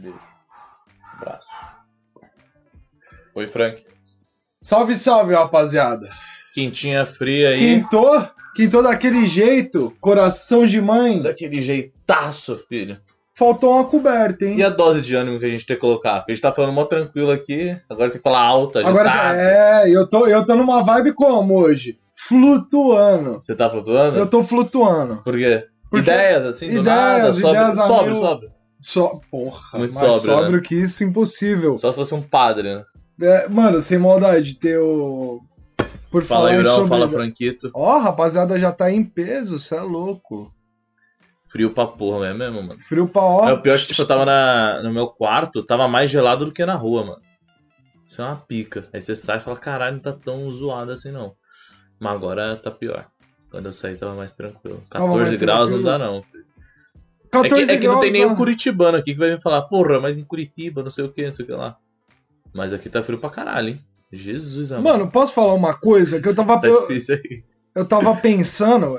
Beijo. Abraço. Oi, Frank. Salve, salve, rapaziada. Quintinha fria aí. Quintou daquele jeito, coração de mãe. Daquele jeitaço, filho. Faltou uma coberta, hein? E a dose de ânimo que a gente tem que colocar? Porque a gente tá falando mó tranquilo aqui, agora tem que falar alto, agitado. Agora, eu tô numa vibe como hoje? Flutuando. Você tá flutuando? Eu tô flutuando. Por quê? Porque ideias, assim, do nada, sobe. Porra, muito mais sóbrio, né? Que isso, impossível. Só se fosse um padre, né? Mano, sem maldade, ter o... Por Fala, falar Yurão, sobre... fala, Franquito. Ó, rapaziada, já tá em peso, cê é louco. Frio pra porra, é mesmo, mano. Frio pra ó. É o pior que, tipo, eu tava no meu quarto, tava mais gelado do que na rua, mano. Isso é uma pica. Aí você sai e fala, caralho, não tá tão zoado assim, não. Mas agora tá pior. Quando eu saí tava mais tranquilo. 14 graus não dá, não. 14 é que não tem graus, nenhum curitibano aqui que vai me falar, porra, mas em Curitiba, não sei o que lá. Mas aqui tá frio pra caralho, hein? Jesus, amor. Mano, posso falar uma coisa? Que eu tava... Tá difícil aí. Eu tava pensando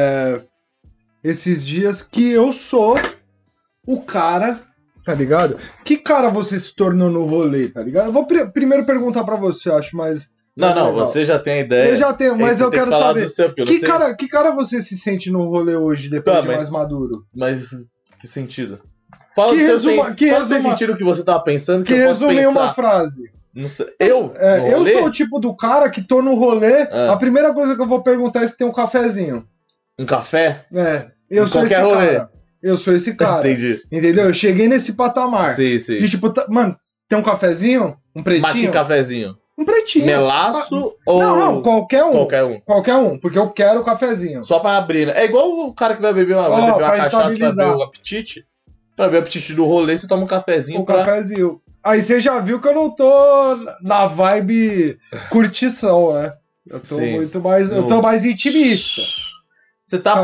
esses dias que eu sou o cara, tá ligado? Que cara você se tornou no rolê, tá ligado? Eu vou primeiro perguntar pra você, eu acho mais... Não, legal. você já tem a ideia. Eu já tenho, mas eu quero saber. Que cara você se sente no rolê hoje, depois de mais maduro? Mas que sentido? Fala sem sentido que você tava pensando que eu posso resume pensar. Em uma frase. Não sei. Eu sou o tipo do cara que tô no rolê, a primeira coisa que eu vou perguntar é se tem um cafezinho. Um café? Eu sou esse cara. Eu sou esse cara. Entendi. Entendeu? Eu cheguei nesse patamar. Sim, sim. E tipo, mano, tem um cafezinho? Um pretinho? Mas que cafezinho? Um pretinho. Melaço ou... Não, qualquer um. Qualquer um, porque eu quero o cafezinho. Só pra abrir, né? É igual o cara que vai beber uma cachaça pra ver o apetite. Pra ver o apetite do rolê, você toma um cafezinho. Cafezinho. Aí você já viu que eu não tô na vibe curtição, né? Eu tô muito mais... Eu tô mais intimista. Você tá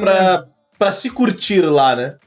pra se curtir lá, né?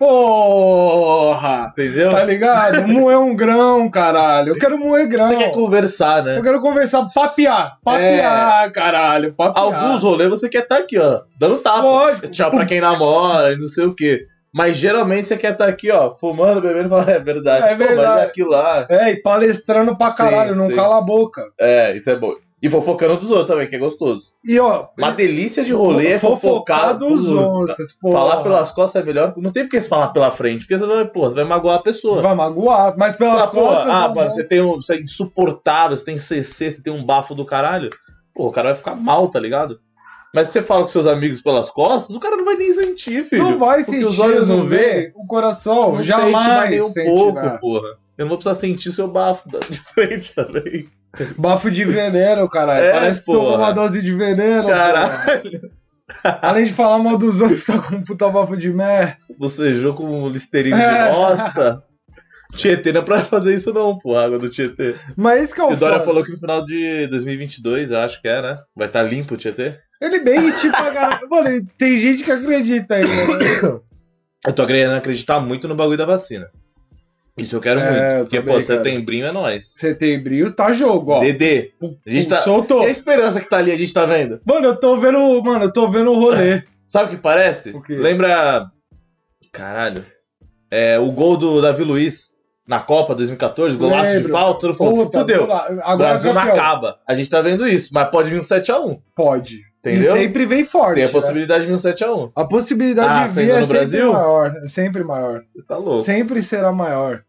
Porra! Entendeu? Tá ligado? Moer um grão, caralho. Eu quero moer grão. Você quer conversar, né? Eu quero conversar, papear. Caralho, papear. Alguns rolês você quer estar aqui, ó, dando tapa. Lógico. Tchau pra quem namora e não sei o quê. Mas geralmente você quer estar aqui, ó, fumando, bebendo e falando, é verdade. É verdade. Mas é aquilo lá. E palestrando pra caralho, não cala a boca. Isso é bom. E fofocando dos outros também, que é gostoso. E ó, uma delícia de rolê é fofocar dos outros. Falar pelas costas é melhor. Não tem porque você falar pela frente, porque você vai magoar a pessoa. Vai magoar, mas pelas costas... mano, você é insuportável, você tem CC, você tem um bafo do caralho. Pô, o cara vai ficar mal, tá ligado? Mas se você fala com seus amigos pelas costas, o cara não vai nem sentir, filho. Não vai sentir, os olhos não vê, o coração não jamais sente nem um pouco, porra. Eu não vou precisar sentir seu bafo de frente também. Bafo de veneno, caralho. Parece que tomou uma dose de veneno. Caralho. Além de falar mal dos outros, tá com um puta bafo de merda. Bocejou com listerine de bosta. Tietê não é pra fazer isso não, pô, água do Tietê. Mas isso que é o E o Dória falou que no final de 2022, eu acho que né? Vai estar limpo o Tietê. Ele bem tipo a galera. Mano, tem gente que acredita ainda, né? Eu tô querendo acreditar muito no bagulho da vacina. Isso eu quero muito. Porque, pô, setembrinho é nóis. Setembrinho tá jogo, ó. Dedê. A gente tá... Soltou. E a esperança que tá ali, a gente tá vendo? Mano, eu tô vendo o rolê. Sabe o que parece? O quê? Lembra... Caralho. O gol do Davi Luiz na Copa 2014, golaço de falta, todo mundo falou, fudeu. O Brasil não acaba. A gente tá vendo isso, mas pode vir um 7x1. Pode. Entendeu? E sempre vem forte. Tem a possibilidade de vir um 7x1. A possibilidade de vir é sempre Brasil? maior. Sempre maior. Você tá louco. Sempre será maior.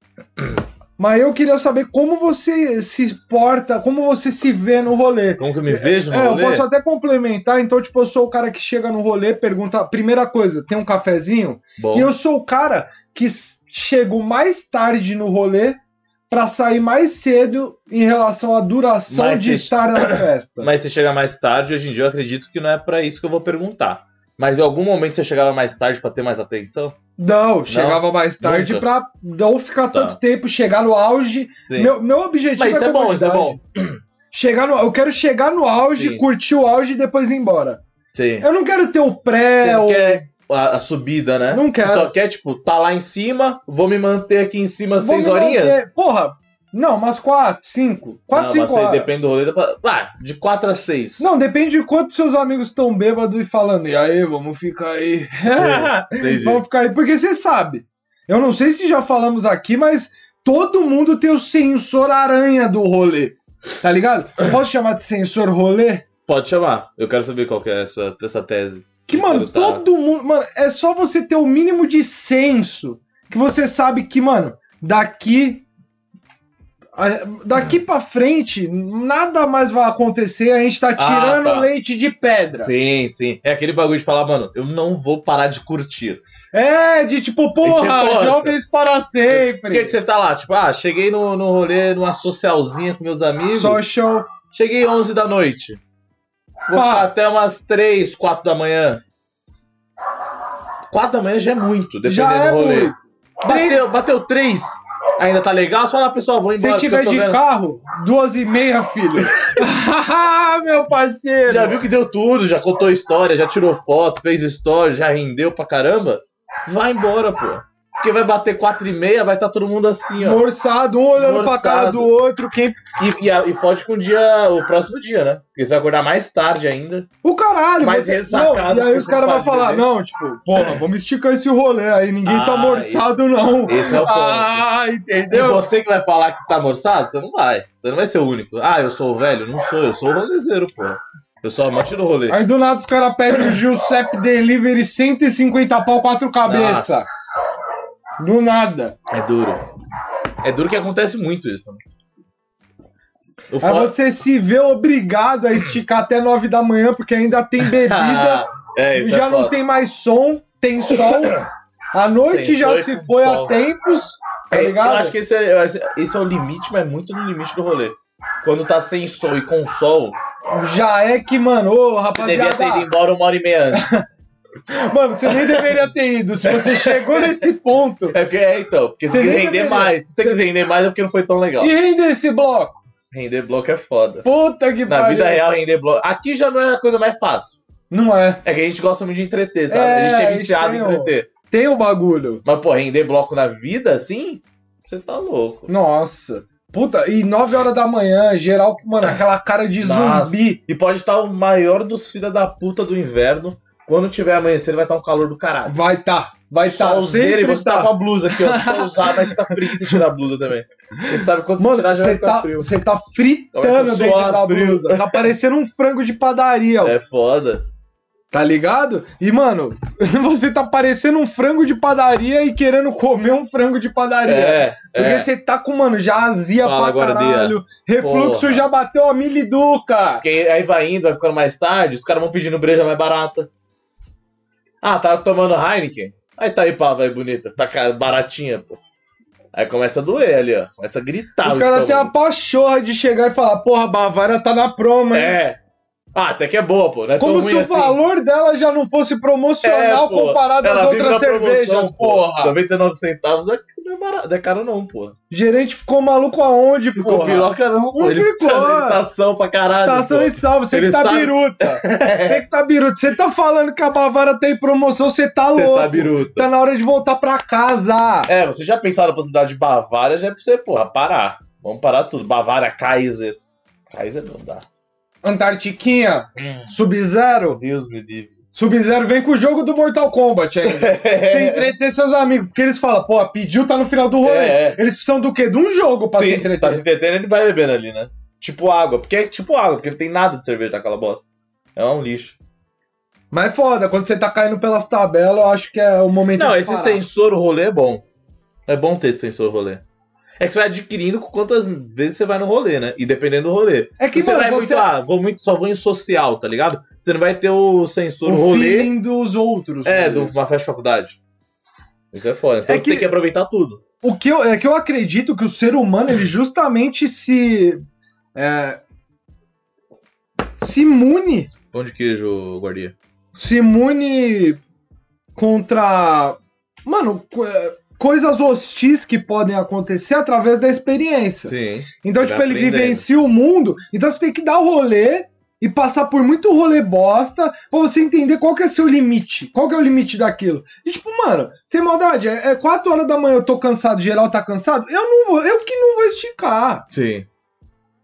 Mas eu queria saber como você se porta, como você se vê no rolê. Como que eu me vejo no rolê? Eu posso até complementar. Então, tipo, eu sou o cara que chega no rolê, pergunta, primeira coisa, tem um cafezinho? Bom. E eu sou o cara que chego mais tarde no rolê pra sair mais cedo em relação à duração de estar na festa. Mas se chegar mais tarde, hoje em dia eu acredito que não é pra isso que eu vou perguntar. Mas em algum momento você chegava mais tarde pra ter mais atenção? Não, chegava mais tarde nunca. Pra não ficar tanto tempo, chegar no auge. Meu objetivo mas isso é bom, isso é bom. Eu quero chegar no auge, curtir o auge e depois ir embora. Sim. Eu não quero ter o pré... Você não quer a subida, né? Não quero. Você só quer, tipo, tá lá em cima, vou me manter aqui em cima 6 horinhas? Porra, não, umas 4, 5. 4, 5 horas. Depende do rolê. De 4 a 6. Não, depende de quantos seus amigos estão bêbados e falando, e aí, vamos ficar aí. Sim, vamos ficar aí, porque você sabe Eu não sei se já falamos aqui, mas todo mundo tem o sensor aranha do rolê. Tá ligado? Eu posso chamar de sensor rolê? Pode chamar. Eu quero saber qual que é essa tese. Que, mano, todo mundo... Mano, é só você ter o mínimo de senso que você sabe que, mano, daqui pra frente, nada mais vai acontecer, a gente tá tirando leite de pedra. Sim, sim. É aquele bagulho de falar, mano, eu não vou parar de curtir. De tipo, porra, jovens para sempre. Por que você tá lá? Tipo, cheguei no rolê, numa socialzinha com meus amigos. Social. Cheguei 11 da noite. Vou ficar até umas 3, 4 da manhã. 4 da manhã já é muito, dependendo do rolê. Bateu 3. Ainda tá legal? Só lá, pessoal, vou embora. Se tiver de carro, 2h30, filho. Meu parceiro. Já viu que deu tudo, já contou história, já tirou foto, fez story, já rendeu pra caramba? Vai embora, pô. Porque vai bater 4h30, vai estar todo mundo assim, ó. Morçado, um olhando pra cara do outro. E fode com o próximo dia, né? Porque você vai acordar mais tarde ainda. O caralho, mais ressacado. E aí os caras vão falar, não, tipo, porra, vamos esticar esse rolê aí, ninguém tá morçado, não. Esse é o ponto. Entendeu? E você que vai falar que tá morçado, você não vai. Você não vai ser o único. Eu sou o velho? Não sou, eu sou o rolezeiro, pô. Eu sou amante do rolê. Aí do nada os caras pedem o Giuseppe Delivery 150 pau, 4 cabeças. Do nada. É duro. É duro que acontece muito isso, né? Aí você se vê obrigado a esticar até 9 da manhã, porque ainda tem bebida, já não tem mais som, tem sol. A noite já se foi há tempos, tá ligado? Eu acho que esse é o limite, mas muito no limite do rolê. Quando tá sem sol e com sol... Já é que, mano, rapaziada... Você devia ter ido embora 1h30 antes. Mano, você nem deveria ter ido. Se você chegou nesse ponto... Porque você quis render mais. Se você quis render mais é porque não foi tão legal. E render esse bloco? Render bloco é foda. Puta que pariu. Na vida real, render bloco... Aqui já não é a coisa mais fácil. Não é. É que a gente gosta muito de entreter, sabe? A gente é viciado em entreter. Tem o bagulho. Mas, pô, render bloco na vida, assim... Você tá louco. Nossa. Puta, e 9 horas da manhã, geral, mano, aquela cara de zumbi. E pode estar o maior dos filhos da puta do inverno. Quando tiver amanhecer, vai estar um calor do caralho. Vai tá. Solzeira, e você tá com a blusa aqui, ó. Só usar, mas você tá preguiça de tirar a blusa também. Você sabe quando você tirar, já vai ficar frio. Você tá fritando dentro da blusa. Tá parecendo um frango de padaria, ó. É foda. Tá ligado? E, mano, você tá parecendo um frango de padaria e querendo comer um frango de padaria. Porque você tá com, mano, já azia pra caralho. Refluxo já bateu a miliduca. Porque aí vai indo, vai ficando mais tarde, os caras vão pedindo breja mais barata. Tá tomando Heineken? Aí tá aí, pá, vai bonita. Tá baratinha, pô. Aí começa a doer ali, ó. Começa a gritar. Os caras têm a pachorra de chegar e falar, porra, a Bavária tá na promo, hein? Até que é boa, pô. Não é como se o valor dela já não fosse promocional comparado às outras cervejas, porra. 99 centavos não é caro não, porra. Gerente ficou maluco aonde, porra? Ficou piroca não, pô. Ele tá ação pra caralho. Tá ação e salve, você que tá biruta. Você que tá biruta. Você tá falando que a Bavária tem promoção, você tá louco. Você tá biruta. Tá na hora de voltar pra casa. Você já pensaram na possibilidade de Bavária, já é pra você, porra, parar. Vamos parar tudo. Bavária, Kaiser. Kaiser não dá. Antartiquinha, Sub-Zero. Deus me livre. Sub-Zero vem com o jogo do Mortal Kombat ainda. Você entreter seus amigos. Porque eles falam, pô, pediu, tá no final do rolê. Eles precisam do quê? De um jogo pra se entreter. Pra se entreter, ele vai bebendo ali, né? Tipo água. Porque é tipo água, porque não tem nada de cerveja naquela bosta. É um lixo. Mas é foda, quando você tá caindo pelas tabelas, eu acho que é o momento de esse sensor rolê é bom. É bom ter esse sensor rolê. É que você vai adquirindo com quantas vezes você vai no rolê, né? E dependendo do rolê. É que, você mano, vai só vou em social, tá ligado? Você não vai ter o sensor rolê. O feeling dos outros. De uma festa de faculdade. Isso é foda. Então você tem que aproveitar tudo. É que eu acredito que o ser humano, ele justamente se imune. Pão de queijo, guardia. Se imune contra... Mano... coisas hostis que podem acontecer através da experiência. Sim. Então, tipo, ele vivencia o mundo. Então você tem que dar rolê e passar por muito rolê bosta pra você entender qual que é seu limite. Qual que é o limite daquilo. E tipo, mano, sem maldade, 4 horas da manhã eu tô cansado, geral tá cansado, eu que não vou esticar. Sim.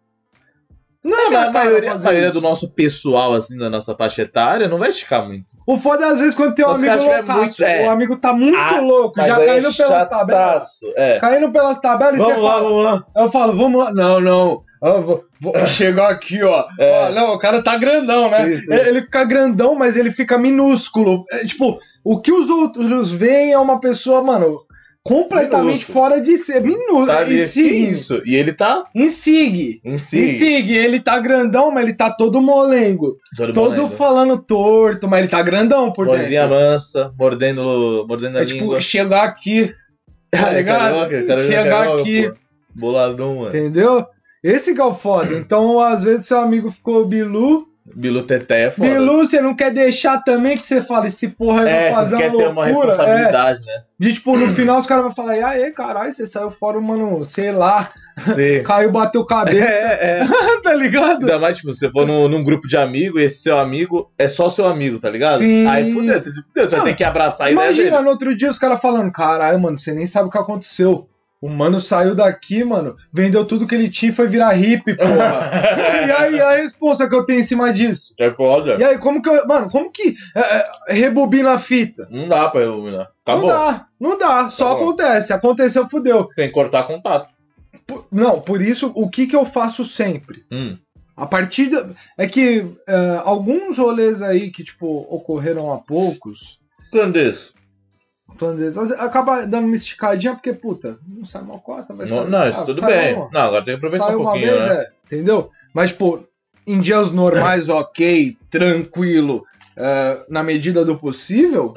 Não, a maioria do nosso pessoal, assim, da nossa faixa etária, não vai esticar muito. O foda é às vezes quando tem um Os amigo caras tiver loucaço, muito- o amigo tá muito louco, Mas já aí caindo é pelas tabelas. chataço, é. Caindo pelas tabelas e você fala, Vamos lá. eu falo, vamos lá. Não. Eu vou chegar aqui, ó. É. Não, o cara tá grandão, né? Sim. Ele fica grandão, mas ele fica minúsculo. Tipo, o que os outros veem é uma pessoa, mano, completamente Minúsculo. fora de ser. Minúsculo. Tá ali, que Insigne. isso? E ele tá Insigne. em si. Insigne. Ele tá grandão, mas ele tá todo molengo. Todo falando torto, mas ele tá grandão por Vozinha dentro. mansa, mordendo a É língua. tipo, chegar aqui, tá Cara, ligado? cara, Chegar carioca, aqui. pô. Boladão, mano. Entendeu? Esse que é o foda. Então, às vezes, seu amigo ficou Bilu. Bilu Teté é foda. Bilu, você não quer deixar também que você fala, esse porra aí vai fazer você quer ter uma responsabilidade, né? De, tipo, no final os caras vão falar, e aí, caralho, você saiu fora, mano, sei lá, Sim. caiu, bateu cabeça, tá ligado? Ainda mais, tipo, você for num grupo de amigos e esse seu amigo é só seu amigo, tá ligado? Sim. Aí fudeu, você se fudeu, você vai ter que abraçar a ideia Imagina, dele. no outro dia os caras falando, caralho, mano, você nem sabe o que aconteceu. O mano saiu daqui, mano, vendeu tudo que ele tinha e foi virar hippie, porra. E aí, a resposta que eu tenho em cima disso? É foda. E aí, como que rebobina a fita? Não dá pra iluminar. Acabou. Não dá, só Acabou. acontece. Aconteceu, fudeu. Tem que cortar contato. Por isso, o que eu faço sempre? A partir é que alguns rolês aí que, tipo, ocorreram há poucos, Clandês. acaba dando uma esticadinha, porque, puta, não sai uma cota, vai sair. Não, isso tudo bem. Não, agora tem que aproveitar Sai um uma pouquinho, vez, né? entendeu? Mas, pô, em dias normais, ok, tranquilo, na medida do possível,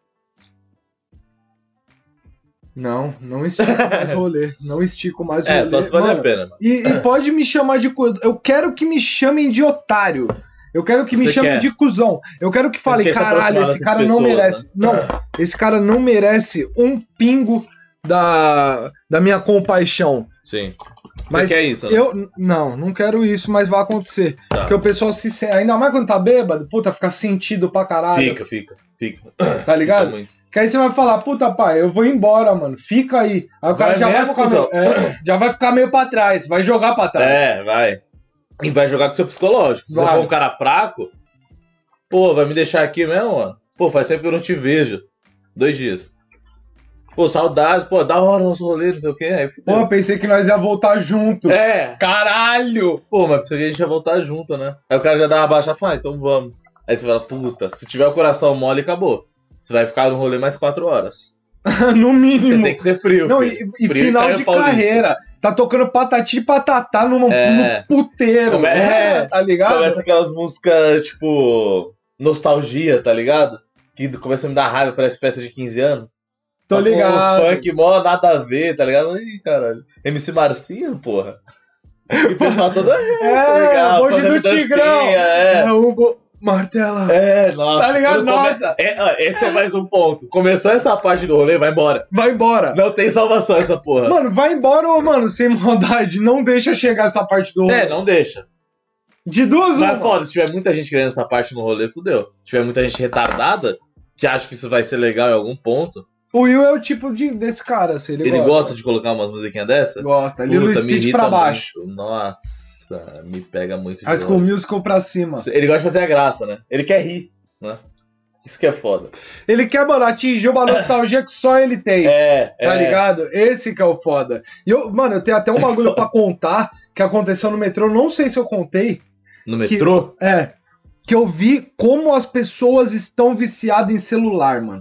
não estico mais rolê. Não estico mais rolê. Só se vale a pena. E pode me chamar de coisa. Eu quero que me chamem de otário. Eu quero que me chamem de cuzão. Eu quero que falem, caralho, esse cara não merece. Né? Não, esse cara não merece um pingo da minha compaixão. Sim. Mas você quer isso, né? Eu não quero isso, mas vai acontecer. Tá. Porque o pessoal se sente, ainda mais quando tá bêbado, puta, fica sentido pra caralho. Fica. Tá ligado? Fica muito. Que aí você vai falar, puta pai, eu vou embora, mano. Fica aí. Aí o cara já vai ficar meio pra trás, vai jogar pra trás. Vai. E vai jogar com o seu psicológico. Se você for um cara fraco, pô, vai me deixar aqui mesmo, mano? Pô, faz tempo que eu não te vejo. 2 dias. Pô, saudade, pô, da hora nosso rolê, não sei o quê. Aí, pô, pensei que nós ia voltar junto. Caralho! Pô, mas pensei que a gente ia voltar junto, né? Aí o cara já dá uma baixa e fala, então vamos. Aí você fala, puta, se tiver o coração mole, acabou. Você vai ficar no rolê mais 4 horas. No mínimo. Você tem que ser frio. Não, filho. e Frio final de carreira. Tá tocando patati e patatá no puteiro. Tá ligado? Começa aquelas músicas, tipo, nostalgia, tá ligado? Que começa a me dar raiva, parece festa de 15 anos. Tô ligado. Os funk mó nada a ver, tá ligado? Ih, caralho. MC Marcinho, porra. E o pessoal todo... tá ligado? Bonde do Tigrão. Martela. Nossa. Tá ligado? Nossa. Esse é mais um ponto. Começou essa parte do rolê, vai embora. Vai embora. Não tem salvação essa porra. Mano, vai embora ou, mano, sem maldade, não deixa chegar essa parte do rolê. Não deixa. De duas, Mas foda, se tiver muita gente querendo essa parte no rolê, fudeu. Se tiver muita gente retardada, que acha que isso vai ser legal em algum ponto. O Will é o tipo desse cara, assim, ele gosta de colocar umas musiquinhas dessa? Gosta, ele no skate pra baixo. Muito. Nossa, me pega muito. High School Musical pra cima. Ele gosta de fazer a graça, né? Ele quer rir, né? Isso que é foda. Ele quer, mano, atingir uma nostalgia que só ele tem. Tá ligado? Esse que é o foda. E eu tenho até um bagulho pra contar que aconteceu no metrô, não sei se eu contei. No metrô? Que eu vi como as pessoas estão viciadas em celular, mano.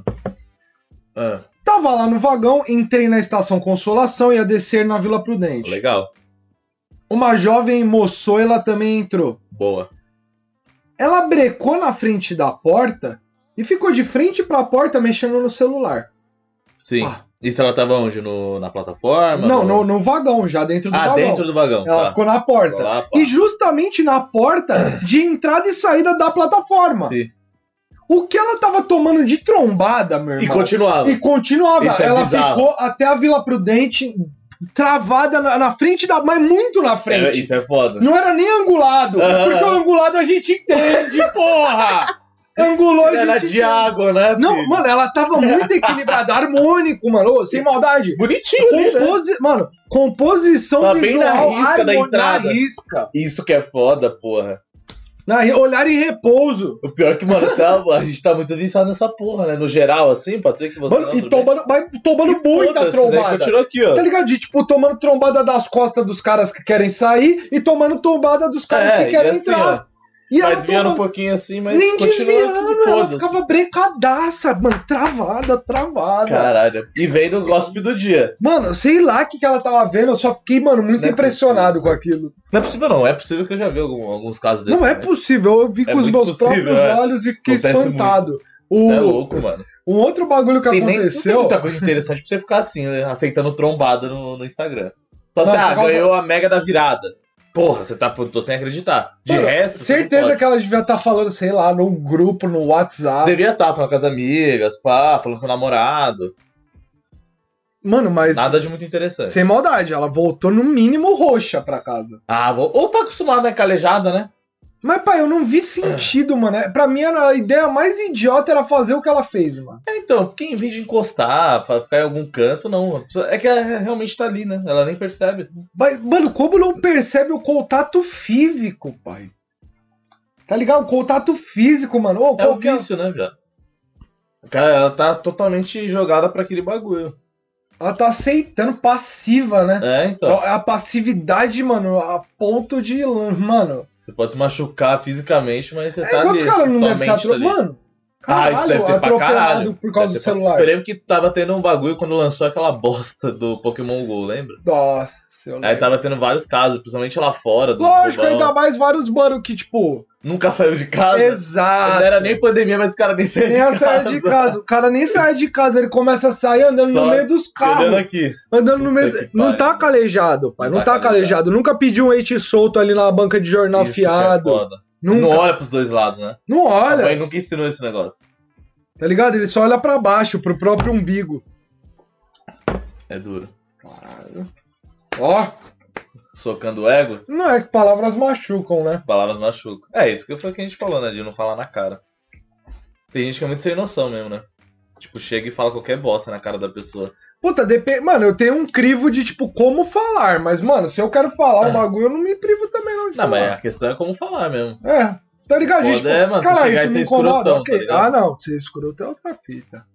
Tava lá no vagão, entrei na estação Consolação e ia descer na Vila Prudente. Legal. Uma jovem moçoila também entrou. Boa. Ela brecou na frente da porta e ficou de frente pra porta mexendo no celular. Sim. Isso ela tava onde? Na plataforma? Não, no vagão, já dentro do vagão. Dentro do vagão. Ela ficou na porta. Lá, e justamente na porta de entrada e saída da plataforma. Sim. O que ela tava tomando de trombada, meu irmão? E continuava. Isso ela ficou até a Vila Prudente travada na frente da... Mas muito na frente. Isso é foda. Não era nem angulado. Porque o angulado a gente entende, porra! Angulou a gente de água, né? Não, filho? Mano, ela tava muito equilibrada, harmônico, mano, sem maldade. Bonitinho, né? Mano, composição tá visual, bem na risca da entrada. Na risca. Isso que é foda, porra. Olhar em repouso. O pior é que, mano, a gente tá muito viciado nessa porra, né? No geral, assim, pode ser que você... Mano, e tomando muita trombada. Continua aqui, ó. Tá ligado? De, tipo, tomando trombada das costas dos caras que querem sair e tomando trombada dos caras que querem assim, entrar. Ó, e vai desviando um pouquinho assim, mas nem desviando, ela todas. ficava brecadaça, mano, travada. Caralho. E veio do gossip do dia. Mano, sei lá o que ela tava vendo, eu só fiquei, mano, muito impressionado com aquilo. Não é possível, não. É possível que eu já vi alguns casos desses. Não é possível, eu vi com os meus próprios olhos e fiquei espantado. É louco, mano. Um outro bagulho que aconteceu... Tem muita coisa interessante pra você ficar assim, né, aceitando trombada no Instagram. Só assim, ganhou a mega da virada. Porra, você tô sem acreditar. De resto... Certeza que ela devia estar falando, sei lá, num grupo, no WhatsApp. Devia estar falando com as amigas, falando com o namorado. Mano, mas... Nada de muito interessante. Sem maldade, ela voltou no mínimo roxa pra casa. Ou tá acostumada, né, calejada, né? Mas, pai, eu não vi sentido, mano. Pra mim, a ideia mais idiota era fazer o que ela fez, mano. Então, porque em vez de encostar, pra ficar em algum canto, não. É que ela realmente tá ali, né? Ela nem percebe. Mas, mano, como não percebe o contato físico, pai? Tá ligado? O contato físico, mano. O vício, né, velho? Cara, ela tá totalmente jogada pra aquele bagulho. Ela tá aceitando, passiva, né? Então. A passividade, mano, a ponto de... Mano... Você pode se machucar fisicamente, mas você tá ali. Quantos caras não devem ser atropelados? Mano, caralho, isso deve ter pra caralho. Por causa do celular. Eu lembro que tava tendo um bagulho quando lançou aquela bosta do Pokémon GO, lembra? Nossa, eu lembro. Aí tava tendo vários casos, principalmente lá fora. Lógico, ainda mais vários, mano, que tipo... Nunca saiu de casa. Exato. Não era nem pandemia, mas o cara nem saiu de casa. O cara nem sai de casa, ele começa a sair andando no meio dos carros. Andando no meio. Não tá calejado, pai. Não tá calejado. Nunca pediu um leite solto ali na banca de jornal fiado. É foda. Não olha pros dois lados, né? Não olha. A mãe nunca ensinou esse negócio. Tá ligado? Ele só olha pra baixo, pro próprio umbigo. É duro. Caralho. Ó. Socando o ego? Não é que palavras machucam, né? Palavras machucam. É, isso que foi o que a gente falou, né? De não falar na cara. Tem gente que é muito sem noção mesmo, né? Tipo, chega e fala qualquer bosta na cara da pessoa. Puta, depende. Mano, eu tenho um crivo de, tipo, como falar. Mas, mano, se eu quero falar um bagulho, eu não me privo também não de falar. Não, mas a questão é como falar mesmo. É. Tá ligado, gente? Tipo, mano, cara, isso me incomoda. Okay. Tá não. Ser escroto é outra fita.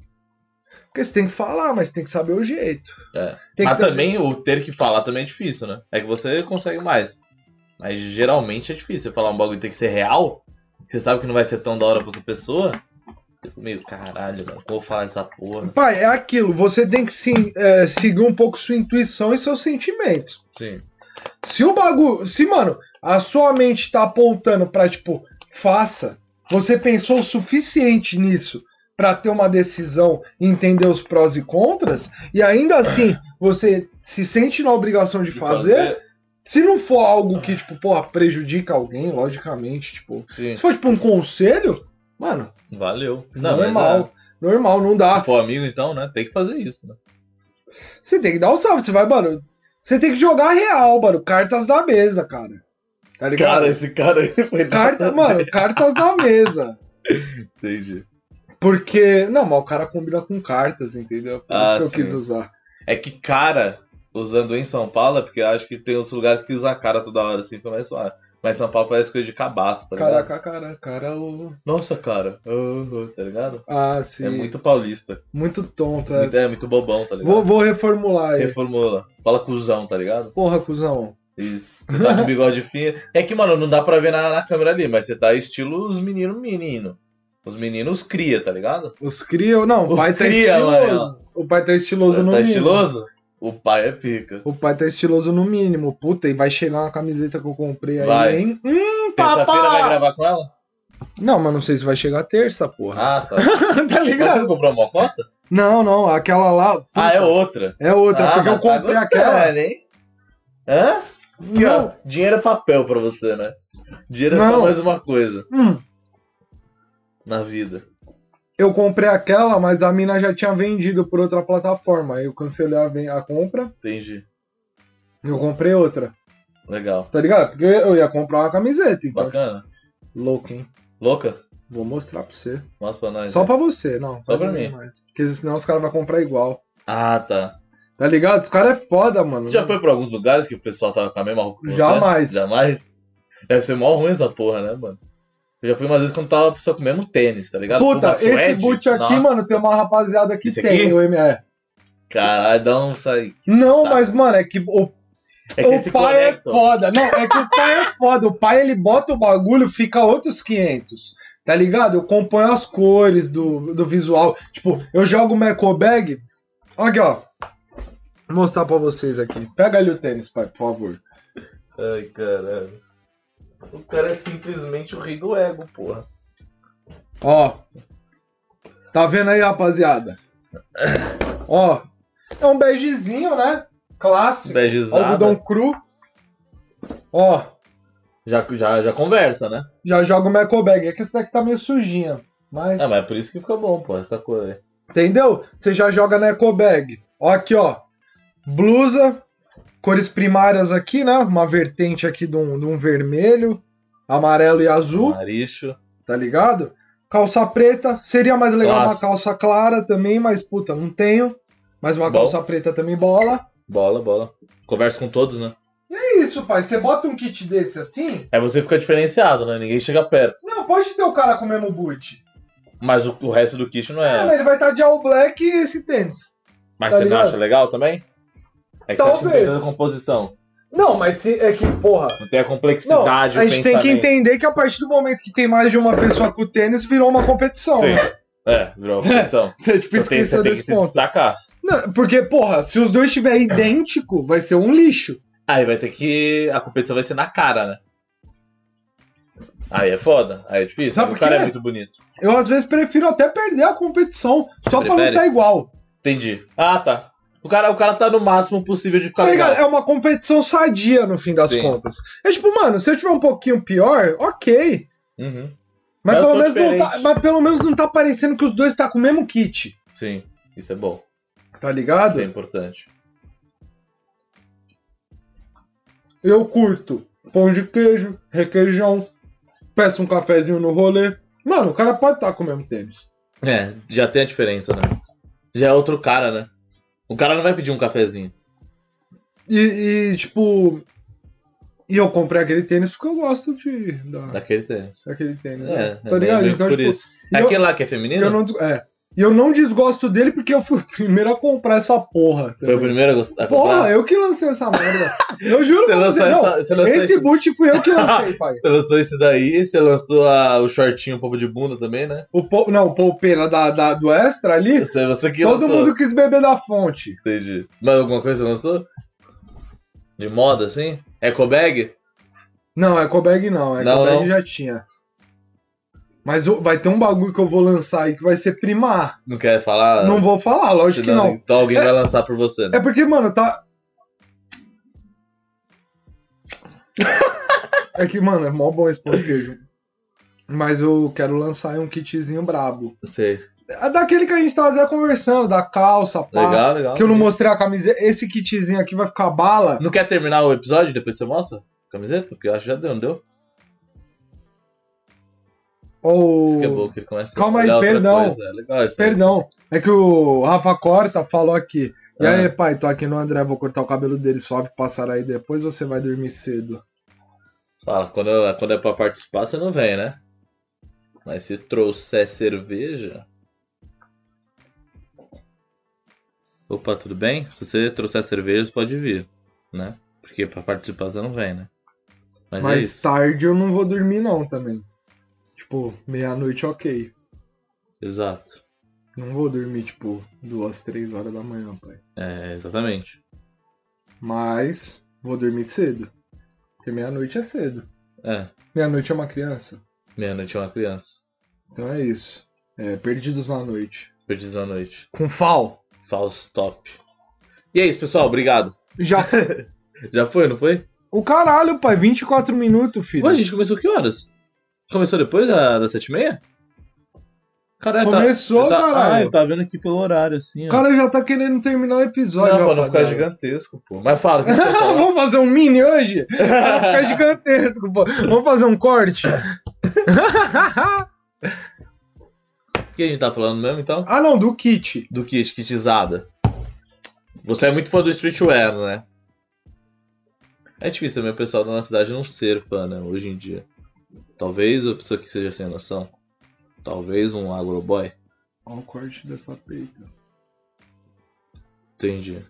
Porque você tem que falar, mas tem que saber o jeito. Mas também o ter que falar também é difícil, né? É que você consegue mais. Mas geralmente é difícil. Você falar um bagulho tem que ser real, você sabe que não vai ser tão da hora pra outra pessoa. Eu fico meio, caralho, mano, como eu vou falar essa porra? Pai, é aquilo. Você tem que seguir um pouco sua intuição e seus sentimentos. Sim. Se o bagulho... Se, mano, a sua mente tá apontando pra, tipo, faça. Você pensou o suficiente nisso pra ter uma decisão e entender os prós e contras, e ainda assim você se sente na obrigação de fazer, se não for algo que, tipo, porra, prejudica alguém, logicamente, tipo, sim. Se for, tipo, um conselho, mano... Valeu. Normal, normal, não dá. Se for amigo, então, né, tem que fazer isso, né? Você tem que dar o salve, você vai, mano, você tem que jogar real, mano, cartas na mesa, cara. Tá ligado? Cara, esse cara aí foi... Mano, cartas na mesa. Entendi. Porque... Não, mas o cara combina com cartas, entendeu? Por isso que eu quis usar. É que cara, usando em São Paulo, é porque eu acho que tem outros lugares que usam cara toda hora, assim, fica mais suave. Mas em São Paulo parece coisa de cabaço, tá ligado? Cara... Nossa, cara. Tá ligado? Ah, sim. É muito paulista. Muito tonto, muito bobão, tá ligado? Vou reformular aí. Reformula. Fala cuzão, tá ligado? Porra, cuzão. Isso. Você tá com bigode fino. É que, mano, não dá pra ver na câmera ali, mas você tá estilo os menino. Os meninos cria, tá ligado? Os cria... Não, o pai tá estiloso. O pai tá estiloso no mínimo. Tá estiloso? O pai é pica. O pai tá estiloso no mínimo. Puta, e vai chegar uma camiseta que eu comprei vai. Aí, hein? Terça-feira vai gravar com ela? Não, mas não sei se vai chegar terça, porra. Ah, tá. Tá ligado? Você comprou uma cota? Não, aquela lá... Puta, ah, é outra. É outra, porque eu comprei tá aquela... Hein? Hã? Aqui, ó, dinheiro é papel pra você, né? Dinheiro é só mais uma coisa. Na vida. Eu comprei aquela, mas a mina já tinha vendido por outra plataforma. Aí eu cancelei a compra. Entendi. Eu comprei outra. Legal. Tá ligado? Porque eu ia comprar uma camiseta. Então. Bacana. Louca, hein? Louca? Vou mostrar pra você. Mostra pra nós. Só pra você, não. Só pra mim. Mais. Porque senão os caras vão comprar igual. Ah, tá. Tá ligado? Os caras é foda, mano. Você já foi pra alguns lugares que o pessoal tava com a mesma roupa? Jamais. Jamais? Deve ser mó ruim essa porra, né, mano? Eu já fui umas vezes quando tava só com o mesmo tênis, tá ligado? Puta, Puma esse suede. boot aqui, Nossa. mano, tem uma rapaziada que Esse tem aqui? o ME. Caralho, dá um sair. Não, mas, mano, é que o É que esse pai é conectam. foda. Não, é que o pai é foda. O pai, ele bota o bagulho, fica outros 500. Tá ligado? Eu componho as cores do visual. Tipo, eu jogo o Meco Bag. Aqui, ó. Vou mostrar pra vocês aqui. Pega ali o tênis, pai, por favor. Ai, caralho. O cara é simplesmente o rei do ego, porra. Ó. Tá vendo aí, rapaziada? Ó. É um begezinho, né? Clássico. Begezada. Algodão cru. Ó. Já conversa, né? Já joga o Meco Bag. É que essa aqui tá meio sujinha. Mas... Mas é por isso que fica bom, pô, essa cor aí. Entendeu? Você já joga na Eco Bag. Ó aqui, ó. Blusa. Cores primárias aqui, né? Uma vertente aqui de um vermelho, amarelo e azul. Maricho. Tá ligado? Calça preta. Seria mais legal Nossa. uma calça clara também, mas puta, não tenho. Mas uma Bom. calça preta também bola. Bola. Conversa com todos, né? É isso, pai. Você bota um kit desse assim. Aí você fica diferenciado, né? Ninguém chega perto. Não, pode ter o cara com o mesmo boot. Mas o resto do kit não É, é. mas ele vai estar de all black e esse tênis. Mas tá você não ligado? acha legal também? É que Talvez. você acha que tem toda a composição. Não, mas se, é que, porra. Não tem a Não, complexidade, a o gente tem que pensamento. entender que a partir do momento que tem mais de uma pessoa com o tênis, virou uma competição, Sim. né? É, virou uma competição. Você, tipo, Você tem esqueceu que desse se ponto. destacar. Não, porque, porra, se os dois estiverem idênticos, vai ser um lixo. Aí vai ter que... A competição vai ser na cara, né? Aí é foda. Aí é difícil. Sabe O por cara quê? é muito bonito. Eu, às vezes, prefiro até perder a competição, só pra Prefere? lutar igual. Entendi. Ah, tá. O cara tá no máximo possível de ficar Tá legal. ligado? É uma competição sadia, no fim das Sim. contas. É tipo, mano, se eu tiver um pouquinho pior, ok. Uhum. Mas Eu pelo, tô menos não tá, diferente. mas pelo menos não tá parecendo que os dois tá com o mesmo kit. Sim, isso é bom. Tá ligado? Isso é importante. Eu curto pão de queijo, requeijão, peço um cafezinho no rolê. Mano, o cara pode estar com o mesmo tênis. É, já tem a diferença, né? Já é outro cara, né? O cara não vai pedir um cafezinho. Tipo... E eu comprei aquele tênis porque eu gosto Daquele tênis. daquele tênis. É, né? é Tá ligado? meio Então, por tipo, isso. e É eu- aquele lá que é feminino? E eu não desgosto dele porque eu fui o primeiro a comprar essa porra. Foi o também. primeiro a gostar. Porra, eu que lancei essa merda. Eu juro Você pra lançou você. Não, essa- você lançou esse esse- boot fui eu que lancei, pai. Você lançou esse daí, você lançou o shortinho, o povo de bunda também, né? Não, o polpeira do Extra ali, Você que todo lançou. mundo quis beber da fonte. Entendi. Mas alguma coisa você lançou? De moda, assim? Eco bag? Não, Ecobag não. Não, Ecobag não. já tinha. Mas vai ter um bagulho que eu vou lançar aí que vai ser primar. Não quer falar? Não vou falar, lógico que Senão, não. Então alguém vai lançar por você, né? É porque, mano, tá... É que, mano, é mó bom esse pão de queijo. Mas eu quero lançar aí um kitzinho brabo. Sei. É daquele que a gente tava até conversando, da calça, pá. Legal. Que eu não mostrei a camiseta. Esse kitzinho aqui vai ficar bala. Não quer terminar o episódio? Depois você mostra? Camiseta? Porque eu acho que já deu, não deu? Ou... Isso que é bom, que ele começa Calma a aí, olhar outra perdão. coisa. É legal isso aí. Perdão, é que o Rafa Corta falou aqui. E Ah. aí, pai, tô aqui no André, vou cortar o cabelo dele suave, passar aí depois ou você vai dormir cedo? Fala, quando é pra participar, você não vem, né? Mas se trouxer cerveja... Opa, tudo bem? Se você trouxer cerveja, pode vir, né? Porque pra participar você não vem, né? Mas é Mais isso. tarde eu não vou dormir não também. Tipo, meia-noite ok. Exato. Não vou dormir, tipo, 2, 3 horas da manhã, pai. É, exatamente. Mas vou dormir cedo. Porque meia-noite é cedo. É, Meia-noite é uma criança. meia-noite é uma criança. Então é isso. É, perdidos na noite. Perdidos à noite. Com FAO. False top. E é isso, pessoal. Obrigado. Já. Já foi, não foi? O caralho, pai. 24 minutos, filho. Ué, a gente começou que horas? Começou depois das 7h30? Caralho, Começou, caralho. Ah, eu tava vendo aqui pelo horário, assim, O ó. cara já tá querendo terminar o episódio. Não, pra não ficar rapaziada. gigantesco, pô. Mas fala, o que você tá falando? Vamos fazer um mini hoje? Vai ficar gigantesco, pô. Vamos fazer um corte? O que a gente tá falando mesmo, então? Ah, não, do kit. Do kitizada. Você é muito fã do streetwear, né? É difícil também o pessoal da nossa cidade não ser fã, né, hoje em dia. Talvez a pessoa que seja sem noção. Talvez um agroboy. Olha o corte dessa peita. Entendi.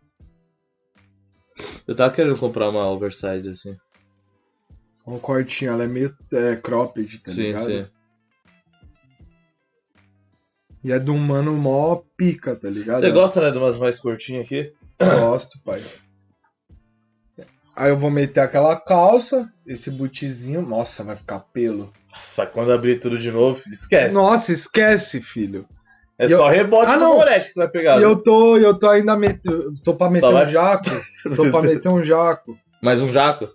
Eu tava querendo comprar uma oversize assim. Olha o cortinho, ela é meio cropped, tá ligado? Sim. E é de um mano mó pica, tá ligado? Você gosta, né, de umas mais curtinhas aqui? Gosto, pai. Aí eu vou meter aquela calça, esse butizinho. Nossa, vai ficar pelo. Nossa, quando abrir tudo de novo, esquece. Nossa, esquece, filho. É só rebote do Moretti que você vai pegar. E eu tô ainda tô pra meter um jaco. Tô pra meter um jaco. Mais um jaco?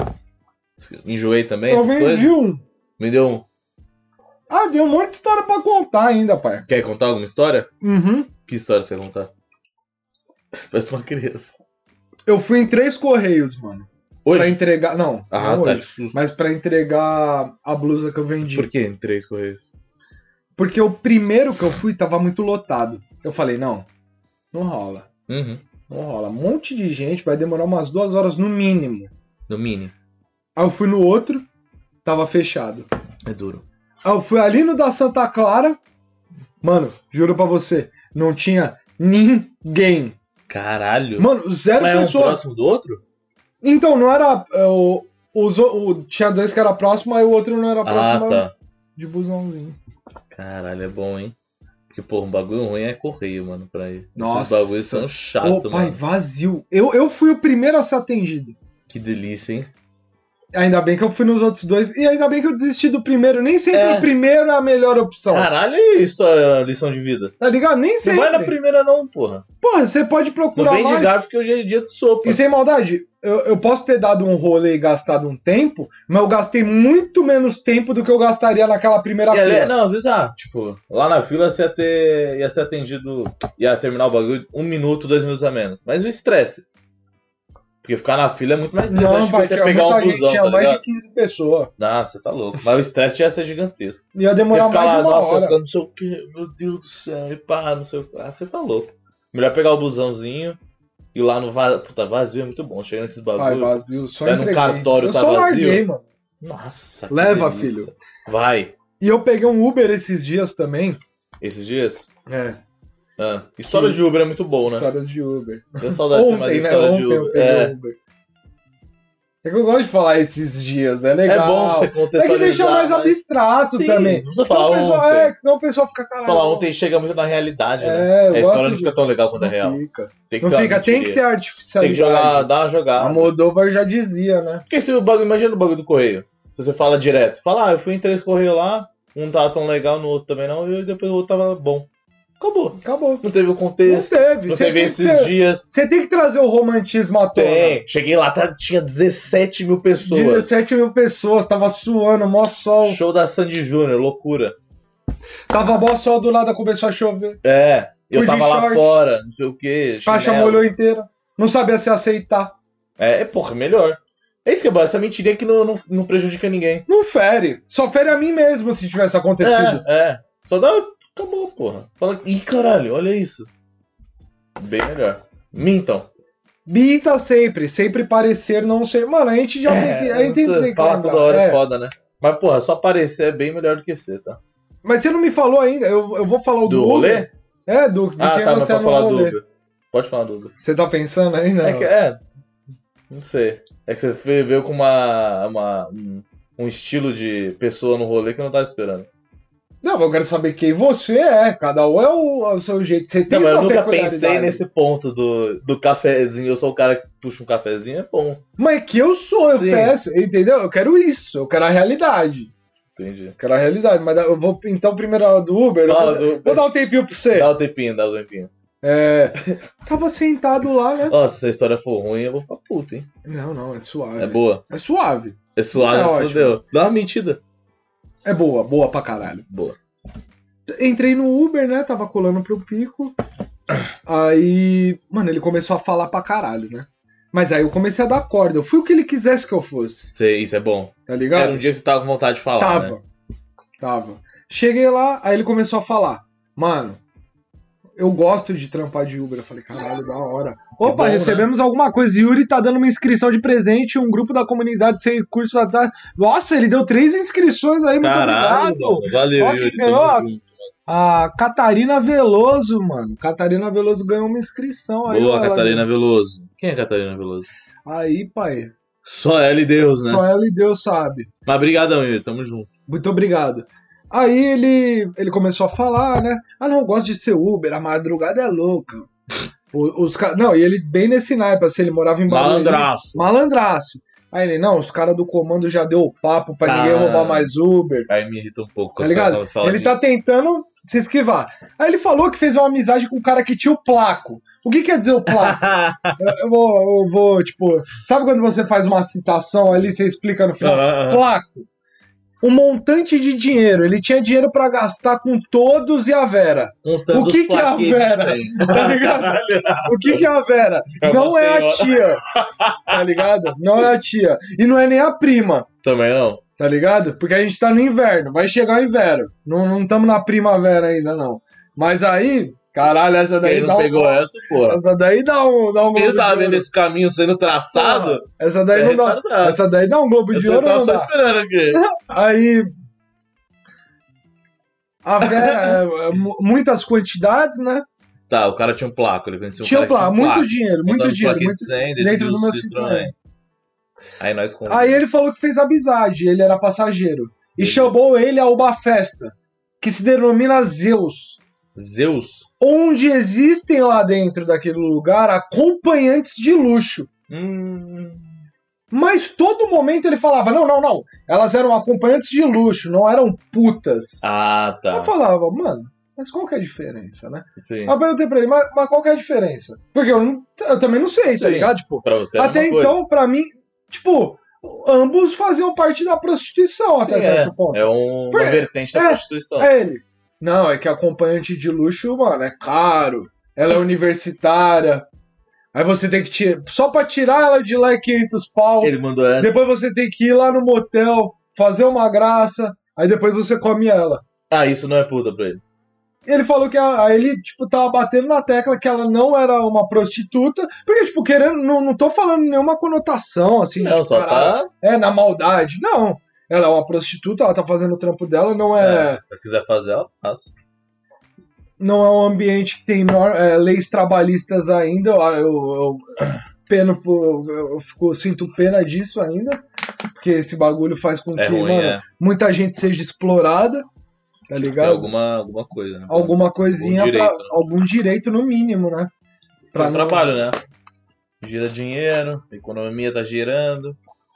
Enjoei também? Eu vendi um. Vendeu um. Ah, tem um monte de história pra contar ainda, pai. Quer contar alguma história? Uhum. Que história você quer contar? Parece uma criança. Eu fui em 3 correios, mano. Hoje? Pra entregar. Não, Ah, não tá. hoje, mas pra entregar a blusa que eu vendi. Por que em 3 correios? Porque o primeiro que eu fui tava muito lotado. Eu falei, não rola. Uhum. Não rola. Um monte de gente, vai demorar umas 2 horas no mínimo. No mini. Aí eu fui no outro, tava fechado. É duro. Aí eu fui ali no da Santa Clara. Mano, juro pra você, não tinha ninguém. Caralho. Mano, 0 Mas pessoas. É um próximo do outro? Então, não era. Tinha 2 que era próximo, aí o outro não era próximo. Ah, tá. De busãozinho. Caralho, é bom, hein? Porque, pô, um bagulho ruim é correio, mano, pra ir. Nossa. Esses bagulhos são chatos, pai, mano. vazio. Eu fui o primeiro a ser atendido. Que delícia, hein? Ainda bem que eu fui nos outros 2. E ainda bem que eu desisti do primeiro. Nem sempre o primeiro é a melhor opção. Caralho, é isso a lição de vida. Tá ligado? Nem sempre. Não vai na primeira não, porra. Porra, você pode procurar Não vem de mais. garfo que hoje é dia de sopa. E sem maldade, eu posso ter dado um rolê e gastado um tempo, mas eu gastei muito menos tempo do que eu gastaria naquela primeira fila. Não, às vezes, tipo, lá na fila você ia ser atendido, ia terminar o bagulho 1 minuto, 2 minutos a menos. Mas o estresse. Porque ficar na fila é muito mais estressante que você pegar um busão, tinha tá mais ligado? de 15 pessoas. Ah, você tá louco. Mas o estresse ia ser gigantesco. Ia demorar Você ficar mais lá, de uma nossa, hora. ficar não sei o que, meu Deus do céu, e pá, não sei o que. Ah, você tá louco. Melhor pegar o busãozinho e ir lá no puta, vazio é muito bom. Chega nesses Pai, bagulhos. vazio, só Vai no entreguei. cartório, eu tá só vazio. larguei, mano. Nossa, que Leva, delícia. filho. Vai. E eu peguei um Uber esses dias também. Esses dias? É. Ah, história de Uber é muito bom, né? Histórias de Uber. Tenho saudade de ter mais Ontem, né? história de Ontem eu Uber. peguei um Uber. É que eu gosto de falar esses dias, é legal. É bom você É contextualizar. que deixa mais mas... abstrato Sim, também. não precisa falar que senão o pessoal fica Se caralho. falar ontem chega muito na realidade, É, né? eu A história gosto não fica tão legal quando é real. Fica. Tem que Não ter uma fica, tem que mentirinha. ter artificialidade. Tem que jogar, dar uma jogada. A Moldova já dizia, né? Porque se o bagulho, imagina o bagulho do correio. Se você fala direto, fala, eu fui em 3 correios lá, um tava tão legal, no outro também não, e depois o outro tava bom. Acabou. Acabou. Não teve o contexto. Não teve. Não teve esses dias. Você tem que trazer o romantismo à tona. Tem. Cheguei lá, tinha 17 mil pessoas. 17 mil pessoas, tava suando, mó sol. Show da Sandy Júnior, loucura. Tava mó sol, do nada começou a chover. É, eu Fui de tava lá short. fora, não sei o que. Caixa molhou inteira. Não sabia se aceitar. Porra, melhor. É isso que é bom, essa mentirinha que não prejudica ninguém. Não fere. Só fere a mim mesmo se tivesse acontecido. Só dá. Acabou, porra. Fala, ih, caralho, olha isso. Bem melhor. Mintam. Minta sempre. Sempre parecer não ser. Mano, a gente já tem que. A gente tem que falar lembrar. toda hora é foda, né? Mas, porra, só parecer é bem melhor do que ser, tá? Mas você não me falou ainda. Eu vou falar o Do do rolê? Uber. De quem mas você é pra no falar do rolê. Uber. Pode falar do Uber. Você tá pensando ainda? Não sei. É que você veio com um estilo de pessoa no rolê que eu não tava esperando. Não, eu quero saber quem você é. Cada um é o seu jeito. Você tem Não, mas sua eu nunca peculiaridade. pensei nesse ponto do cafezinho. Eu sou o cara que puxa um cafezinho, é bom. Mas é que eu sou, eu Sim. peço, entendeu? Eu quero isso, eu quero a realidade. Entendi. Eu quero a realidade, mas eu vou então primeiro a do Uber. Fala eu do Uber. vou dar um tempinho pra você. Dá o tempinho, dá o tempinho. Tava sentado lá, né? Ó, se essa história for ruim, eu vou ficar puto, hein? Não, é suave. É boa. É suave. É suave, É ótimo. fodeu. Dá uma mentira. É boa pra caralho. Boa. Entrei no Uber, né? Tava colando pro pico. Aí, mano, ele começou a falar pra caralho, né? Mas aí eu comecei a dar corda. Eu fui o que ele quisesse que eu fosse. Sei, isso é bom. Tá ligado? Era um dia que você tava com vontade de falar, né? Tava. Cheguei lá, aí ele começou a falar. Mano, eu gosto de trampar de Uber. Eu falei, caralho, da hora. Opa, bom, recebemos alguma coisa. Yuri tá dando uma inscrição de presente, um grupo da comunidade sem curso atrás. Nossa, ele deu 3 inscrições aí, muito Caralho, obrigado. mano. Valeu, Ó, Yuri. quem ganhou? Tamo junto. A Catarina Veloso, mano. Catarina Veloso ganhou uma inscrição aí. Boa, ó, Catarina Veloso. Quem é Catarina Veloso? Aí, pai. Só ela e Deus, né? Só ela e Deus sabe. Mas brigadão, Yuri. Tamo junto. Muito obrigado. Aí ele começou a falar, né? Ah, não, eu gosto de ser Uber, a madrugada é louca. Não, e ele bem nesse naipe, assim, ele morava em Barueri. Malandraço. Malandraço. Aí ele, não, os caras do comando já deu o papo pra ninguém roubar mais Uber. Aí me irrita um pouco. Tá ligado? Ele tá tentando se esquivar. Aí ele falou que fez uma amizade com um cara que tinha o placo. O que quer dizer o placo? eu vou, tipo... Sabe quando você faz uma citação ali, você explica no final? Placo. Um montante de dinheiro. Ele tinha dinheiro pra gastar com todos e a Vera. O que é a Vera? Tá ligado? O que é a Vera? Não é a tia. Tá ligado? Não é a tia. E não é nem a prima. Também não. Tá ligado? Porque a gente tá no inverno. Vai chegar o inverno. Não estamos na primavera ainda, não. Mas aí... Caralho, essa daí Quem não pegou essa, porra. Essa daí dá um Quem tava vendo esse caminho sendo traçado? Essa daí não dá. Essa daí dá um Globo de Ouro. Eu tava só esperando aqui. Aí. A Vera, muitas quantidades, né? Tá, o cara tinha um placo. Ele venceu um tinha cara placo, muito dinheiro, muito dinheiro. Muito dentro do meu Citroën. Aí ele falou que fez amizade, ele era passageiro. E chamou ele a uma festa, que se denomina Zeus. Zeus? Onde existem lá dentro daquele lugar acompanhantes de luxo. Mas todo momento ele falava, não. Elas eram acompanhantes de luxo, não eram putas. Ah, tá. Eu falava, mano, mas qual que é a diferença, né? Sim. Eu perguntei pra ele, mas qual que é a diferença? Porque eu também não sei, tá ligado? Tipo, pra você até então, pra mim, tipo, ambos faziam parte da prostituição até certo ponto. É uma vertente da prostituição. É ele. Não, é que acompanhante de luxo, mano, é caro. Ela é universitária. Aí você tem que tirar... Só pra tirar ela de lá é 500 pau. Ele mandou essa. Depois você tem que ir lá no motel, fazer uma graça. Aí depois você come ela. Ah, isso não é puta pra ele. Ele falou que aí ele, tipo, tava batendo na tecla que ela não era uma prostituta. Porque, tipo, não tô falando nenhuma conotação, assim. Não, tipo, só tá... na maldade. Não. Ela é uma prostituta, ela tá fazendo o trampo dela, não é... Se ela quiser fazer, ela faça. Não é um ambiente que tem leis trabalhistas ainda, eu sinto pena disso ainda, porque esse bagulho faz com que ruim, muita gente seja explorada, tá ligado? Tem alguma coisa, né? Alguma coisinha, algum direito no mínimo, né? Pra trabalho, né? Gira dinheiro, a economia tá girando.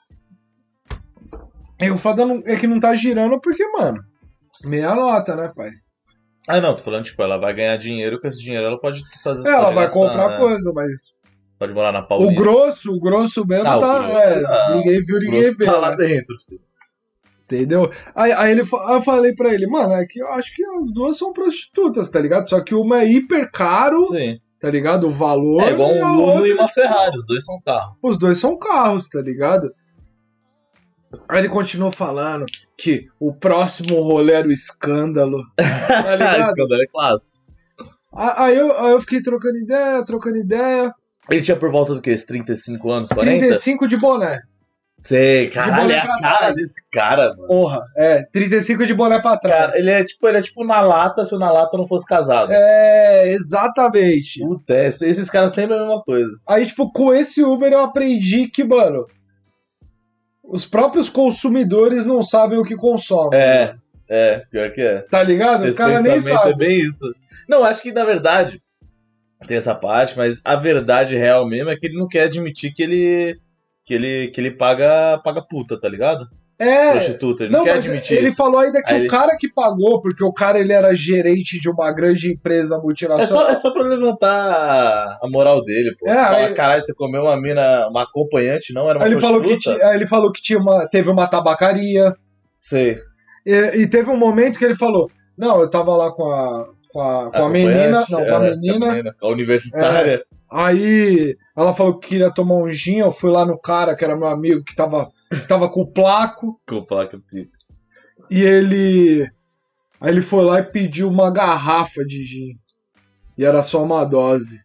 E o foda é que não tá girando porque, mano, meia nota, né, pai? Ah, não, tô falando, tipo, ela vai ganhar dinheiro, com esse dinheiro ela pode fazer... Ela vai comprar coisa, mas... Pode morar na Paulista. O grosso mesmo ninguém viu, ninguém vê. Tá lá dentro. Entendeu? Aí eu falei pra ele, mano, é que eu acho que as duas são prostitutas, tá ligado? Só que uma é hiper caro, sim, tá ligado? O valor... É igual um Luno e uma Ferrari, os dois são carros. Os dois são carros, tá ligado? Aí ele continuou falando que o próximo rolê era o escândalo. Tá ligado? Escândalo é clássico. Aí eu fiquei trocando ideia. Ele tinha por volta do quê? 35 anos, 40? 35 de boné. Sei, caralho, é a cara desse cara, mano. Porra, 35 de boné pra trás. Cara, ele é tipo na lata, se o na lata não fosse casado. Exatamente. Puta, esses caras sempre é a mesma coisa. Aí, tipo, com esse Uber eu aprendi que, mano, os próprios consumidores não sabem o que consomem. Pior que é. Tá ligado? Esse o cara nem sabe. É bem isso. Não, acho que na verdade tem essa parte, mas a verdade real mesmo é que ele não quer admitir que ele paga puta, tá ligado? Prostituta, ele não quer admitir ele isso. Falou ainda que o cara que pagou, porque o cara ele era gerente de uma grande empresa multinacional. É só pra levantar a moral dele, pô. Caralho, você comeu uma mina, uma acompanhante, não era uma prostituta? Ele falou que teve uma tabacaria. Sei. E teve um momento que ele falou, não, eu tava lá com a menina, a universitária. Aí ela falou que queria tomar um gin, eu fui lá no cara, que era meu amigo, que tava com o placo. Com o placo, filho. E aí ele foi lá e pediu uma garrafa de gin. E era só uma dose.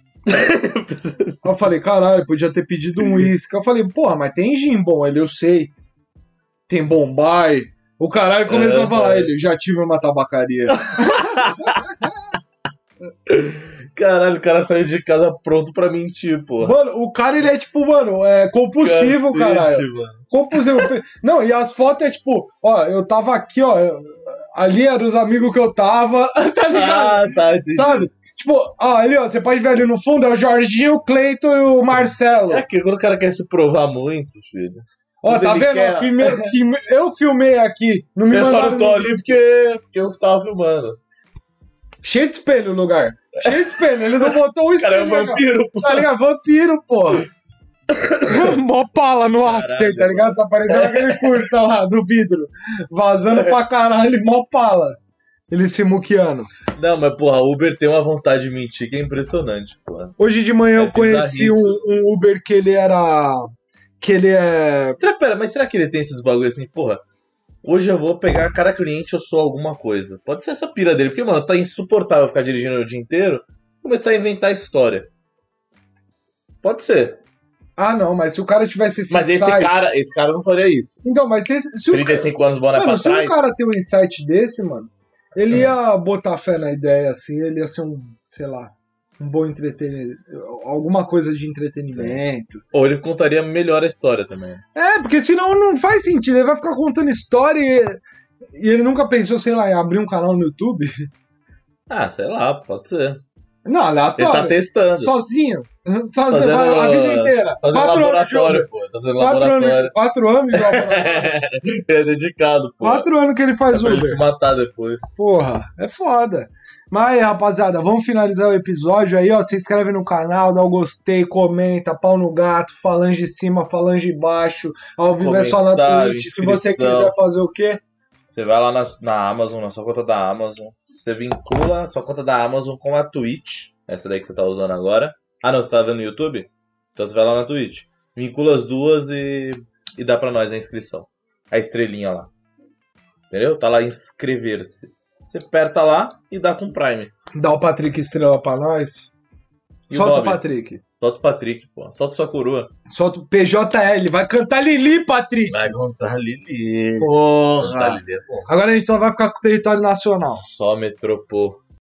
Eu falei, caralho, podia ter pedido um uísque. Eu falei, porra, mas tem gin bom, ele, eu sei. Tem Bombay. O caralho começou a falar, ele, já tive uma tabacaria. Caralho, o cara saiu de casa pronto pra mentir, porra. Mano, o cara, ele é tipo, mano, é compulsivo, caralho. Mano. Compulsivo. Não, e as fotos é tipo, ó, eu tava aqui, ó, ali eram os amigos que eu tava, tá ligado? Ah, tá, entendi. Sabe? Tipo, ó, ali, ó, você pode ver ali no fundo, é o Jorginho, o Cleiton e o Marcelo. É que quando o cara quer se provar muito, filho. Ó, tá vendo? Eu filmei aqui. Não me Eu só não tô no... ali porque eu tava filmando. Cheio de espelho o lugar. Cheio de espelho. Ele não botou o espelho. Cara, é um vampiro, pô. Tá ligado? Vampiro, pô. Mó pala no after, tá ligado? Tá parecendo aquele curta lá do vidro. Vazando pra caralho, mó pala. Ele se muqueando. Não, mas porra, Uber tem uma vontade de mentir que é impressionante, porra. Hoje de manhã eu conheci um Uber que ele era... Que ele é... Será que ele tem esses bagulhos assim, porra? Hoje eu vou pegar cada cliente, eu sou alguma coisa. Pode ser essa pira dele, porque, mano, tá insuportável ficar dirigindo o dia inteiro. Começar a inventar história. Pode ser. Ah, não, mas se o cara tivesse esse Mas insight... esse cara não faria isso. Então, mas se 35 anos bola pra trás. Se o cara tem um insight desse, mano, ele ia botar fé na ideia, assim, ele ia ser um, sei lá, um bom entretenimento, alguma coisa de entretenimento. Sim. Ou ele contaria melhor a história também. É, porque senão não faz sentido, ele vai ficar contando história e ele nunca pensou, sei lá, em abrir um canal no YouTube. Ah, sei lá, pode ser. Não, aleatório. Ele tá testando. Sozinho. Fazendo, a vida inteira. Fazendo laboratório, pô. Tá fazendo laboratório. 4 anos de laboratório. É dedicado, pô. 4 anos que ele faz Uber. Pra ele se matar depois. Porra, é foda. Mas aí, rapaziada, vamos finalizar o episódio aí, ó. Se inscreve no canal, dá o gostei, comenta, pau no gato, falange de cima, falange de baixo. Ao vivo é só na Twitch. Se você quiser fazer o quê? Você vai lá na Amazon, na sua conta da Amazon. Você vincula a sua conta da Amazon com a Twitch. Essa daí que você tá usando agora. Ah, não, você tá vendo no YouTube? Então você vai lá na Twitch. Vincula as duas e dá pra nós a inscrição. A estrelinha lá. Entendeu? Tá lá inscrever-se. Você aperta lá e dá com Prime. Dá o Patrick estrela pra nós. E solta o Patrick. Solta o Patrick, pô. Solta sua coroa. Solta o PJL. Vai cantar Lili, Patrick. Vai cantar Lili. Porra. Cantar Lili é bom. Agora a gente só vai ficar com o território nacional. Só Metropol.